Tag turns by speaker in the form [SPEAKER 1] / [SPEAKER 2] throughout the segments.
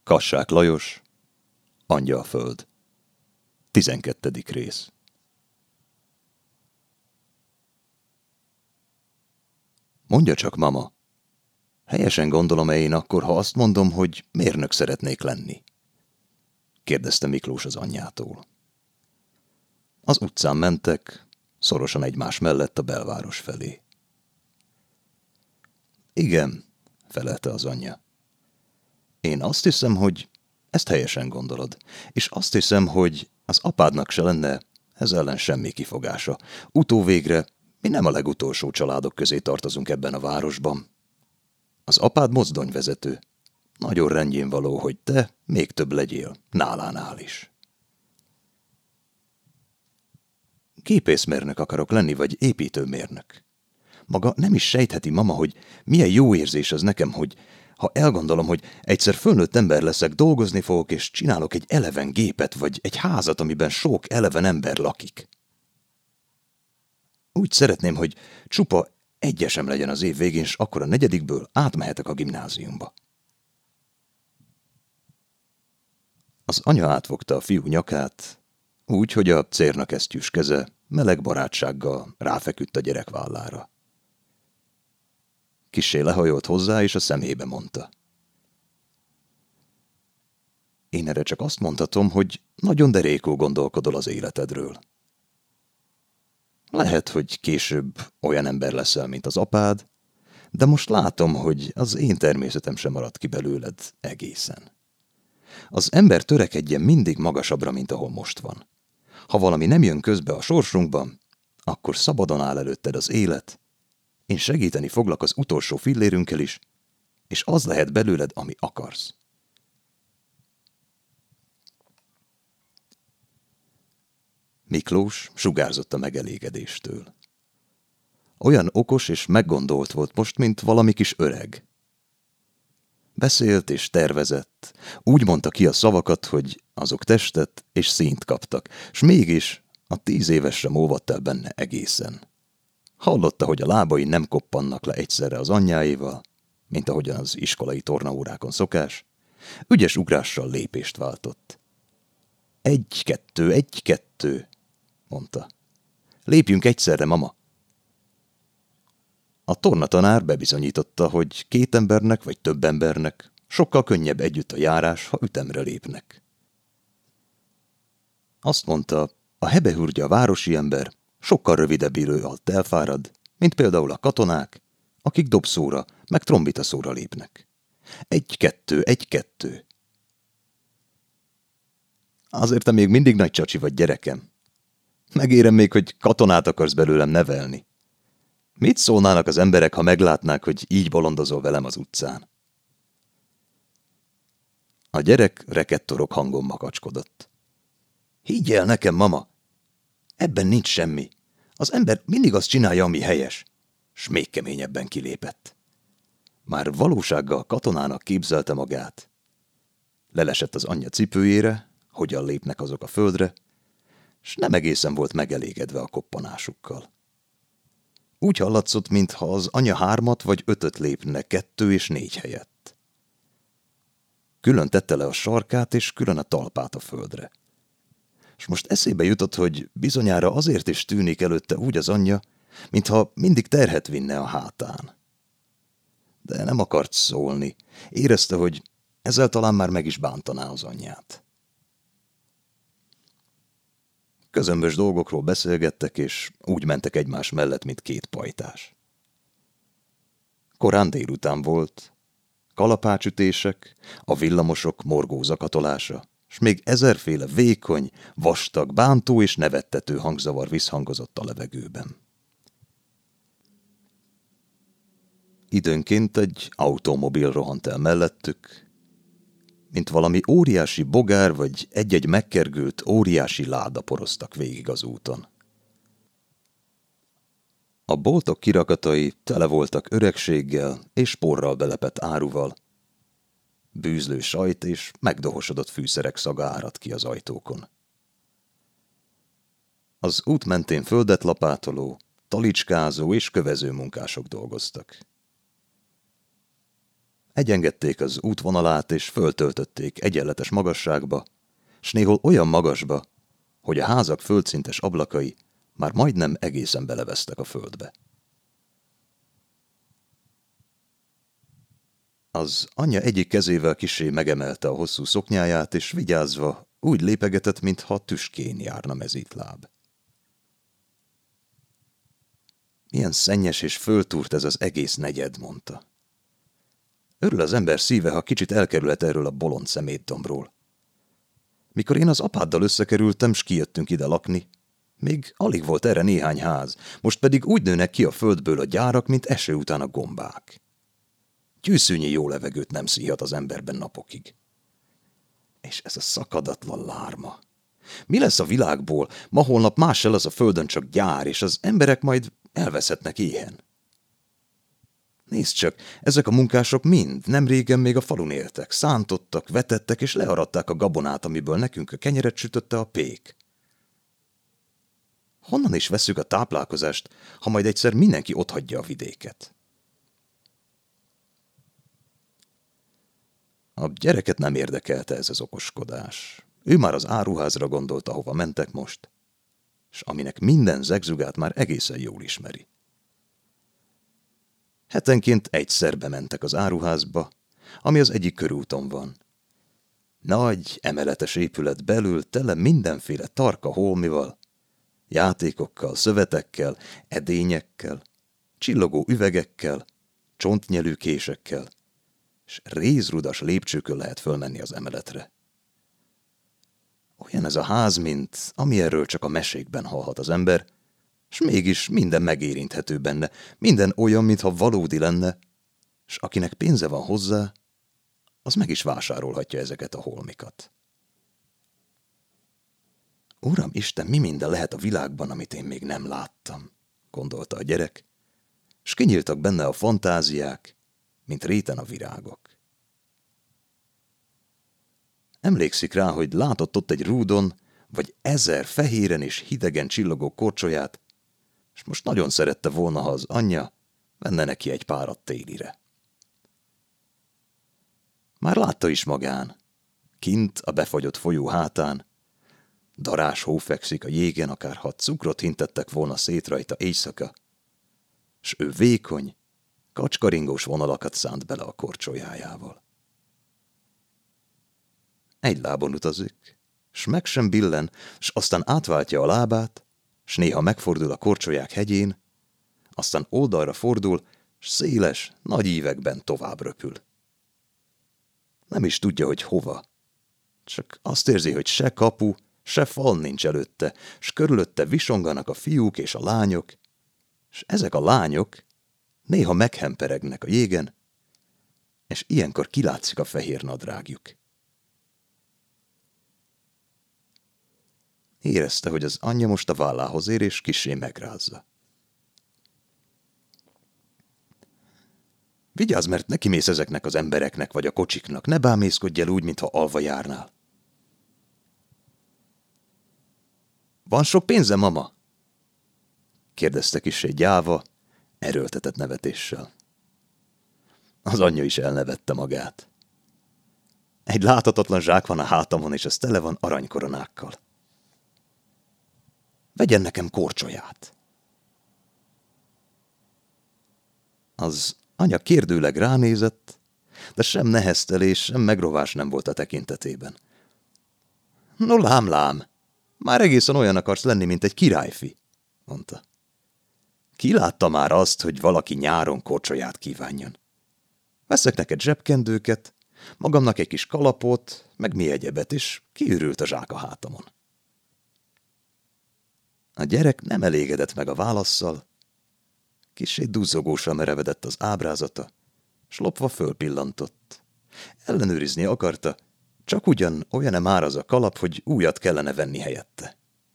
[SPEAKER 1] Kassák Lajos, Angyalföld. 12. rész. Mondja csak, mama, helyesen gondolom-e én akkor, ha azt mondom, hogy mérnök szeretnék lenni? Kérdezte Miklós az anyjától. Az utcán mentek, szorosan egymás mellett a belváros felé. Igen, felelte az anyja. Én azt hiszem, hogy ezt helyesen gondolod, és azt hiszem, hogy az apádnak se lenne ez ellen semmi kifogása. Utóvégre mi nem a legutolsó családok közé tartozunk ebben a városban. Az apád mozdonyvezető. Nagyon rendjén való, hogy te még több legyél, nálánál is. Gépészmérnök akarok lenni, vagy építőmérnök. Maga nem is sejtheti, mama, hogy milyen jó érzés az nekem, hogy ha elgondolom, hogy egyszer fölnőtt ember leszek, dolgozni fogok, és csinálok egy eleven gépet, vagy egy házat, amiben sok eleven ember lakik. Úgy szeretném, hogy csupa egyesem legyen az év végén, és akkor a negyedikből átmehetek a gimnáziumba. Az anya átfogta a fiú nyakát, úgy, hogy a cérnakesztyűs keze meleg barátsággal ráfeküdt a gyerek vállára. Kissé lehajolt hozzá, és a szemébe mondta. Én erre csak azt mondhatom, hogy nagyon derékul gondolkodol az életedről. Lehet, hogy később olyan ember leszel, mint az apád, de most látom, hogy az én természetem sem maradt ki belőled egészen. Az ember törekedjen mindig magasabbra, mint ahol most van. Ha valami nem jön közbe a sorsunkban, akkor szabadon áll előtted az élet, én segíteni foglak az utolsó fillérünkkel is, és az lehet belőled, ami akarsz. Miklós sugárzott a megelégedéstől. Olyan okos és meggondolt volt most, mint valami kis öreg. Beszélt és tervezett, úgy mondta ki a szavakat, hogy azok testet és színt kaptak, s mégis a 10 évesre múlott el benne egészen. Hallotta, hogy a lábai nem koppannak le egyszerre az anyjáéval, mint ahogyan az iskolai tornaórákon szokás, ügyes ugrással lépést váltott. 1, 2, 1, 2, mondta. Lépjünk egyszerre, mama. A tornatanár bebizonyította, hogy 2 embernek vagy több embernek sokkal könnyebb együtt a járás, ha ütemre lépnek. Azt mondta, a hebehurgya városi ember sokkal rövidebb idő alatt elfárad, mint például a katonák, akik dobszóra, meg trombitaszóra lépnek. 1, 2, 1, 2. Azért te még mindig nagy csacsi vagy, gyerekem. Megérem még, hogy katonát akarsz belőlem nevelni. Mit szólnának az emberek, ha meglátnák, hogy így bolondozol velem az utcán? A gyerek rekettorok hangon makacskodott. Higgy el nekem, mama! Ebben nincs semmi. Az ember mindig azt csinálja, ami helyes. S még keményebben kilépett. Már valósággal katonának képzelte magát. Lelesett az anyja cipőjére, hogyan lépnek azok a földre, s nem egészen volt megelégedve a koppanásukkal. Úgy hallatszott, mintha az anya 3 vagy 5 lépne 2 és 4 helyett. Külön tette le a sarkát, és külön a talpát a földre. És most eszébe jutott, hogy bizonyára azért is tűnik előtte úgy az anyja, mintha mindig terhet vinne a hátán. De nem akart szólni. Érezte, hogy ezzel talán már meg is bántaná az anyját. Közömbös dolgokról beszélgettek, és úgy mentek egymás mellett, mint 2 pajtás. Korán délután volt, kalapácsütések, a villamosok morgó zakatolása, s még 1000-féle vékony, vastag, bántó és nevettető hangzavar visszhangozott a levegőben. Időnként egy automobil rohant el mellettük, mint valami óriási bogár vagy egy-egy megkergült óriási láda poroztak végig az úton. A boltok kirakatai tele voltak öregséggel és porral belepett áruval. Bűzlő sajt és megdohosodott fűszerek szaga áradt ki az ajtókon. Az út mentén földet lapátoló, talicskázó és kövező munkások dolgoztak. Egyengedték az útvonalát, és föltöltötték egyenletes magasságba, s néhol olyan magasba, hogy a házak földszintes ablakai már majdnem egészen belevesztek a földbe. Az anyja egyik kezével kissé megemelte a hosszú szoknyáját, és vigyázva úgy lépegetett, mintha tüskén járna mezítláb. Milyen szennyes és föltúrt ez az egész negyed, mondta. Örül az ember szíve, ha kicsit elkerülhet erről a bolond szemétdombról. Mikor én az apáddal összekerültem, s kijöttünk ide lakni, még alig volt erre néhány ház, most pedig úgy nőnek ki a földből a gyárak, mint eső után a gombák. Gyűszűnyi jó levegőt nem szíhat az emberben napokig. És ez a szakadatlan lárma. Mi lesz a világból? Ma-holnap más se lesz a földön, csak gyár, és az emberek majd elveszhetnek éhen. Nézd csak, ezek a munkások mind nem régen még a falun éltek, szántottak, vetettek, és learadták a gabonát, amiből nekünk a kenyeret sütötte a pék. Honnan is vesszük a táplálkozást, ha majd egyszer mindenki otthagyja a vidéket? A gyereket nem érdekelte ez az okoskodás. Ő már az áruházra gondolt, ahova mentek most, s aminek minden zegzugát már egészen jól ismeri. Hetenként egyszer bementek az áruházba, ami az egyik körúton van. Nagy, emeletes épület belül tele mindenféle tarka holmival, játékokkal, szövetekkel, edényekkel, csillogó üvegekkel, csontnyelű késekkel, s rézrudas lépcsőkön lehet fölmenni az emeletre. Olyan ez a ház, mint ami erről csak a mesékben hallhat az ember, s mégis minden megérinthető benne, minden olyan, mintha valódi lenne, s akinek pénze van hozzá, az meg is vásárolhatja ezeket a holmikat. Uram Isten, mi minden lehet a világban, amit én még nem láttam, gondolta a gyerek, s kinyíltak benne a fantáziák, mint réten a virágok. Emlékszik rá, hogy látott ott egy rúdon, vagy 1000 fehéren és hidegen csillogó korcsolyát, és most nagyon szerette volna, ha az anyja venne neki egy párat télire. Már látta is magán, kint a befagyott folyó hátán, darás hó fekszik a jégen, akárha cukrot hintettek volna szét rajta éjszaka, s ő vékony, kacskaringós vonalakat szánt bele a korcsolyájával. Egy lábon utazik, s meg sem billen, s aztán átváltja a lábát, s néha megfordul a korcsolyák hegyén, aztán oldalra fordul, s széles, nagy ívekben tovább röpül. Nem is tudja, hogy hova. Csak azt érzi, hogy se kapu, se fal nincs előtte, s körülötte visonganak a fiúk és a lányok, s ezek a lányok néha meghemperegnek a jégen, és ilyenkor kilátszik a fehér nadrágjuk. Érezte, hogy az anyja most a vállához ér, és kissé megrázza. Vigyázz, mert nekimész ezeknek az embereknek vagy a kocsiknak, ne bámészkodj el úgy, mintha alva járnál. Van sok pénze, mama? Kérdezte kissé gyáva, erőltetett nevetéssel. Az anyja is elnevette magát. Egy láthatatlan zsák van a hátamon, és ez tele van aranykoronákkal. Vegyen nekem korcsolyát. Az anya kérdőleg ránézett, de sem neheztelés, sem megrovás nem volt a tekintetében. No lám, már egészen olyan akarsz lenni, mint egy királyfi, mondta. Ki látta már azt, hogy valaki nyáron korcsolyát kívánjon? Veszek neked zsebkendőket, magamnak egy kis kalapot, meg mi egyebet, és kiürült a zsák a hátamon. A gyerek nem elégedett meg a válasszal, kissé duzzogósan merevedett az ábrázata, s lopva fölpillantott. Ellenőrizni akarta, csak ugyan olyan-e már az a kalap, hogy újat kellene venni helyette.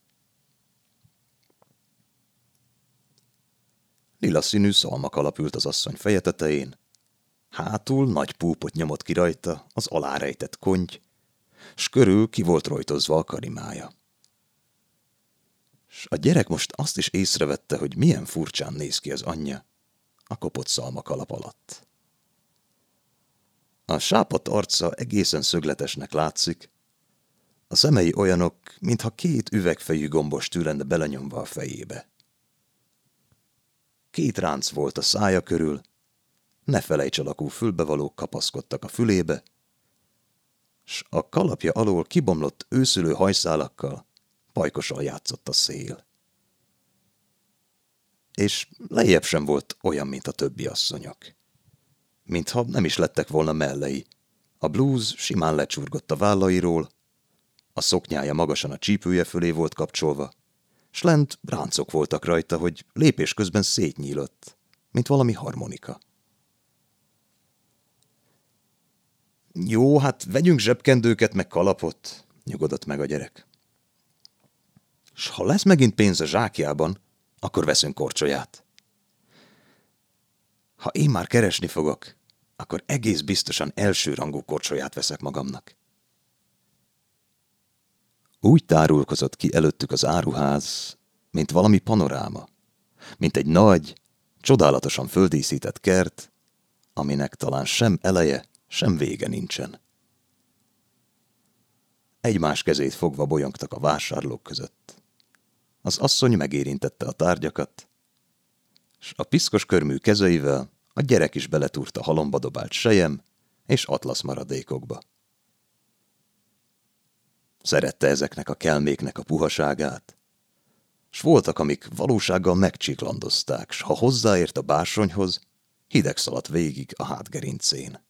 [SPEAKER 1] Lila színű szalmakalap ült az asszony feje tetején, hátul nagy púpot nyomott ki rajta az alárejtett konty, s körül ki volt rojtozva a karimája. S a gyerek most azt is észrevette, hogy milyen furcsán néz ki az anyja a kopott szalmakalap alatt. A sápadt arca egészen szögletesnek látszik, a szemei olyanok, mintha 2 üvegfejű gombostű lenne belenyomva a fejébe. 2 ránc volt a szája körül, ne felejts alakú fülbevalók kapaszkodtak a fülébe, s a kalapja alól kibomlott őszülő hajszálakkal pajkosan játszott a szél. És lejjebb sem volt olyan, mint a többi asszonyok. Mintha nem is lettek volna mellei. A blúz simán lecsurgott a vállairól, a szoknyája magasan a csípője fölé volt kapcsolva, s lent ráncok voltak rajta, hogy lépés közben szétnyílott, mint valami harmonika. Jó, hát vegyünk zsebkendőket meg kalapot, nyugodott meg a gyerek. S ha lesz megint pénz a zsákjában, akkor veszünk korcsolyát. Ha én már keresni fogok, akkor egész biztosan elsőrangú korcsolyát veszek magamnak. Úgy tárulkozott ki előttük az áruház, mint valami panoráma, mint egy nagy, csodálatosan földíszített kert, aminek talán sem eleje, sem vége nincsen. Egymás kezét fogva bolyongtak a vásárlók között. Az asszony megérintette a tárgyakat, s a piszkos körmű kezeivel a gyerek is beletúrt a halomba dobált sejem és atlasz maradékokba. Szerette ezeknek a kelméknek a puhaságát, s voltak, amik valósággal megcsiklandozták, s ha hozzáért a bársonyhoz, hideg szaladt végig a hátgerincén.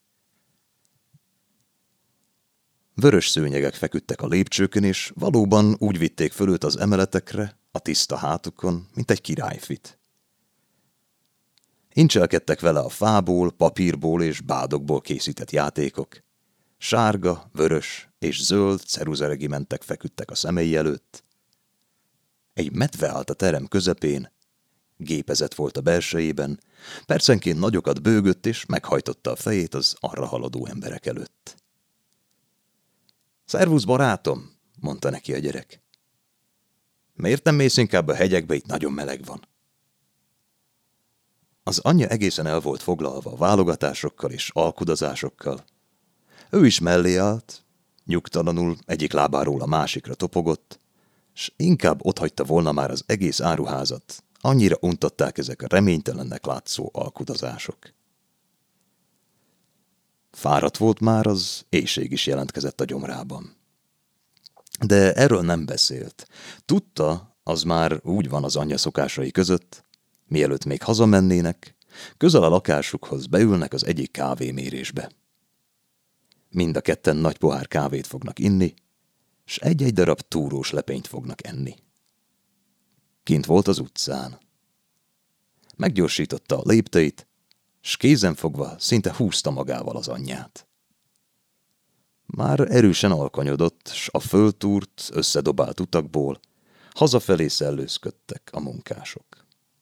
[SPEAKER 1] Vörös szőnyegek feküdtek a lépcsőkön, és valóban úgy vitték föl őt az emeletekre, a tiszta hátukon, mint egy királyfit. Incselkedtek vele a fából, papírból és bádokból készített játékok. Sárga, vörös és zöld ceruzaregimentek feküdtek a szemei előtt. Egy medve állt a terem közepén, gépezet volt a belsejében, percenként nagyokat bőgött és meghajtotta a fejét az arra haladó emberek előtt. Szervusz, barátom, mondta neki a gyerek. Miért nem mész inkább a hegyekbe, itt nagyon meleg van? Az anyja egészen el volt foglalva a válogatásokkal és alkudozásokkal. Ő is mellé állt, nyugtalanul egyik lábáról a másikra topogott, s inkább otthagyta volna már az egész áruházat, annyira untatták ezek a reménytelennek látszó alkudozások. Fáradt volt már, az éhség is jelentkezett a gyomrában. De erről nem beszélt. Tudta, az már úgy van az anyja szokásai között, mielőtt még hazamennének, közel a lakásukhoz beülnek az egyik kávémérésbe. Mind a ketten nagy pohár kávét fognak inni, s egy-egy darab túrós lepényt fognak enni. Kint volt az utcán. Meggyorsította a lépteit, s kézenfogva szinte húzta magával az anyját. Már erősen alkonyodott, s a föltúrt, összedobált utakból hazafelé szellőzködtek a munkások.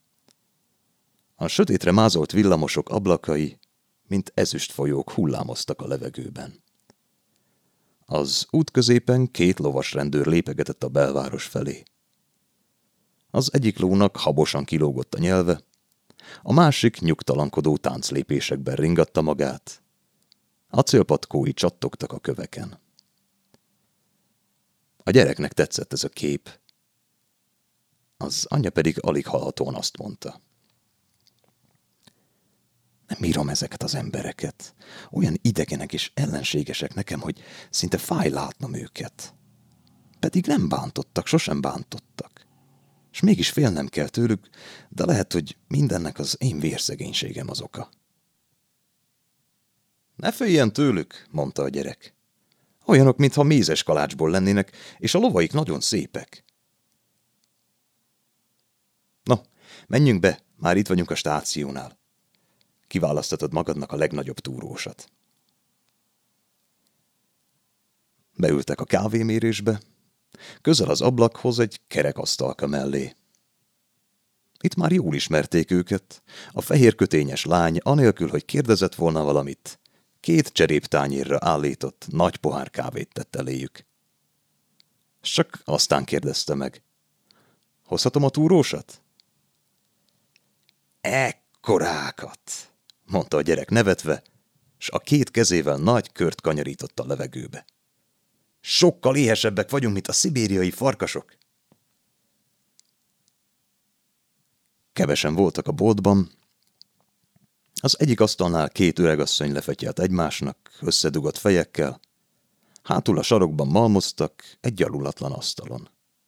[SPEAKER 1] A sötétre mázolt villamosok ablakai, mint ezüst folyók hullámoztak a levegőben. Az út középen 2 lovasrendőr lépegetett a belváros felé. Az egyik lónak habosan kilógott a nyelve, a másik nyugtalankodó tánclépésekben ringatta magát. Acélpatkói csattogtak a köveken. A gyereknek tetszett ez a kép. Az anyja pedig alig hallhatóan azt mondta. Nem bírom ezeket az embereket. Olyan idegenek és ellenségesek nekem, hogy szinte fáj látnom őket. Pedig nem bántottak, sosem bántottak. És mégis félnem kell tőlük, de lehet, hogy mindennek az én vérszegénységem az oka. Ne féljen tőlük, mondta a gyerek. Olyanok, mintha mézes kalácsból lennének, és a lovaik nagyon szépek. No, menjünk be, már itt vagyunk a stációnál. Kiválasztatod magadnak a legnagyobb túrósat. Beültek a kávémérésbe, közel az ablakhoz egy kerekasztalka mellé. Itt már jól ismerték őket, a fehér kötényes lány, anélkül, hogy kérdezett volna valamit, 2 cseréptányérra állított nagy pohár kávét tett eléjük. Csak aztán kérdezte meg. Hozhatom a túrósat? Ekkorákat, mondta a gyerek nevetve, s a két kezével nagy kört kanyarított a levegőbe. Sokkal éhesebbek vagyunk, mint a szibériai farkasok. Kevesen voltak a boltban. Az egyik asztalnál két öregasszony lefetyelt egymásnak, összedugott fejekkel, hátul a sarokban malmoztak egy gyalulatlan asztalon.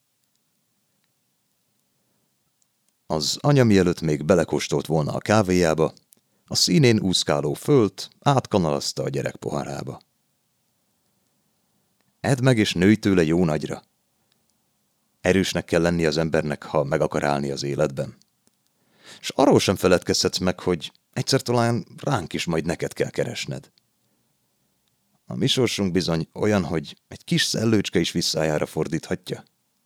[SPEAKER 1] Az anya mielőtt még belekóstolt volna a kávéjába, a színén úszkáló fölt átkanalazta a gyerek poharába. Edd meg és nőj tőle jó nagyra. Erősnek kell lenni az embernek, ha meg akar állni az életben. S arról sem feledkezhetsz meg, hogy egyszer talán ránk is majd neked kell keresned. A mi sorsunk bizony olyan, hogy egy kis szellőcske is visszájára fordíthatja.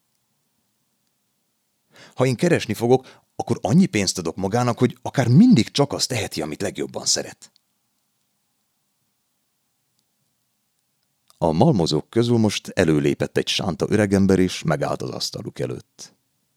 [SPEAKER 1] Ha én keresni fogok, akkor annyi pénzt adok magának, hogy akár mindig csak azt teheti, amit legjobban szeret. A malmozók közül most előlépett egy sánta öregember, és megállt az asztaluk előtt.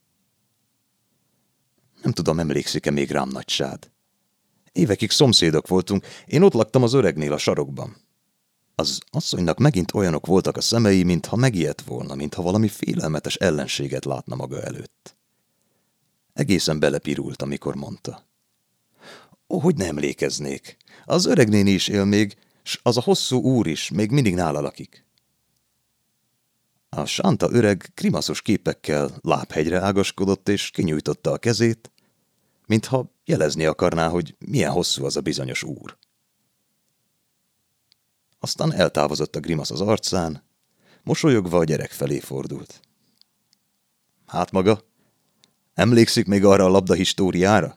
[SPEAKER 1] Nem tudom, emlékszik-e még rám, nagysád. Évekig szomszédok voltunk, én ott laktam az öregnél a sarokban. Az asszonynak megint olyanok voltak a szemei, mintha megijedt volna, mintha valami félelmetes ellenséget látna maga előtt. Egészen belepirult, amikor mondta. Ó, hogy ne emlékeznék. Az öregnéni is él még, s az a hosszú úr is még mindig nála lakik. A sánta öreg grimaszos képekkel lábhegyre ágaskodott, és kinyújtotta a kezét, mintha jelezni akarná, hogy milyen hosszú az a bizonyos úr. Aztán eltávozott a grimasz az arcán, mosolyogva a gyerek felé fordult. Hát maga, emlékszik még arra a labda históriára?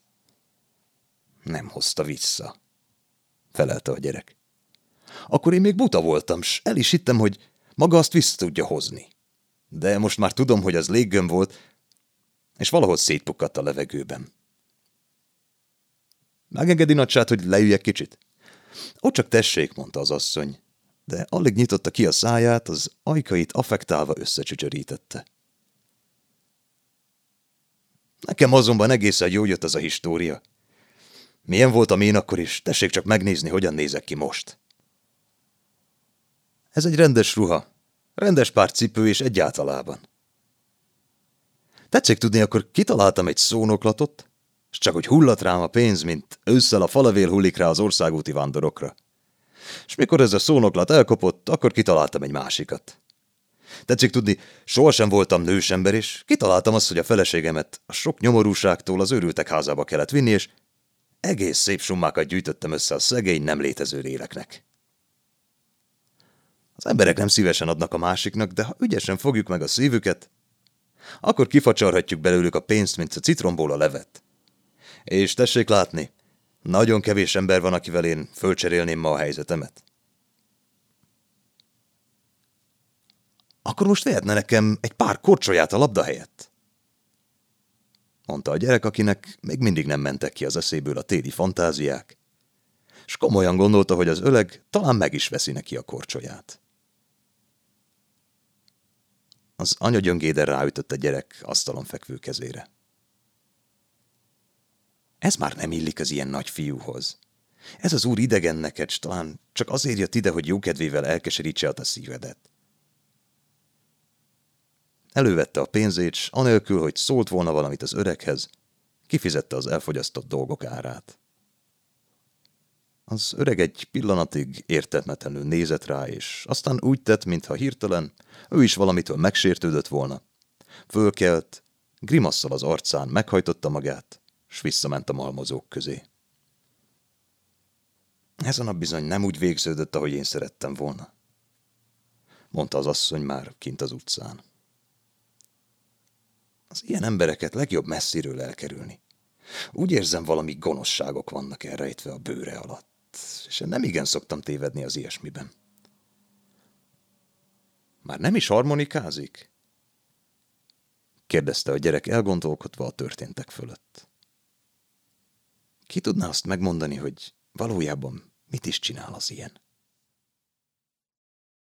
[SPEAKER 1] Nem hozta vissza, felelte a gyerek. Akkor én még buta voltam, s el is hittem, hogy maga azt vissza tudja hozni. De most már tudom, hogy az léggömb volt, és valahogy szétpukkadt a levegőben. Megengedi, nagysát, hogy leüljek kicsit? Ó, csak tessék, mondta az asszony, de alig nyitotta ki a száját, az ajkait affektálva összecsücsörítette. Nekem azonban egészen jól jött az a história. Milyen voltam én akkor is, tessék csak megnézni, hogyan nézek ki most. Ez egy rendes ruha, rendes pár cipő és egyáltalában. Tetszik tudni, akkor kitaláltam egy szónoklatot, s csak hogy hullat rám a pénz, mint ősszel a falevél hullik rá az országúti vándorokra. És mikor ez a szónoklat elkopott, akkor kitaláltam egy másikat. Tetszik tudni, sohasem voltam nősember, és kitaláltam azt, hogy a feleségemet a sok nyomorúságtól az őrültek házába kellett vinni, és egész szép summákat gyűjtöttem össze a szegény, nem létező léleknek. Az emberek nem szívesen adnak a másiknak, de ha ügyesen fogjuk meg a szívüket, akkor kifacsarhatjuk belőlük a pénzt, mint a citromból a levet. És tessék látni, nagyon kevés ember van, akivel én fölcserélném ma a helyzetemet. Akkor most vehetne nekem egy pár korcsolyát a labda helyett? Mondta a gyerek, akinek még mindig nem mentek ki az eszéből a téli fantáziák, s komolyan gondolta, hogy az öleg talán meg is veszi neki a korcsolyát. Az anya gyöngéden ráütött a gyerek asztalon fekvő kezére. Ez már nem illik az ilyen nagy fiúhoz. Ez az úr idegen neked, s talán csak azért jött ide, hogy jókedvével elkeserítse a te szívedet. Elővette a pénzét, s anélkül, hogy szólt volna valamit az öreghez, kifizette az elfogyasztott dolgok árát. Az öreg egy pillanatig értetlenül nézett rá, és aztán úgy tett, mintha hirtelen ő is valamitől megsértődött volna. Fölkelt, grimasszal az arcán meghajtotta magát, s visszament a malmozók közé. Ez a nap bizony nem úgy végződött, ahogy én szerettem volna, mondta az asszony már kint az utcán. Az ilyen embereket legjobb messziről elkerülni. Úgy érzem, valami gonoszságok vannak elrejtve a bőre alatt, és én nem igen szoktam tévedni az ilyesmiben. Már nem is harmonikázik? Kérdezte a gyerek elgondolkodva a történtek fölött. Ki tudná azt megmondani, hogy valójában mit is csinál az ilyen?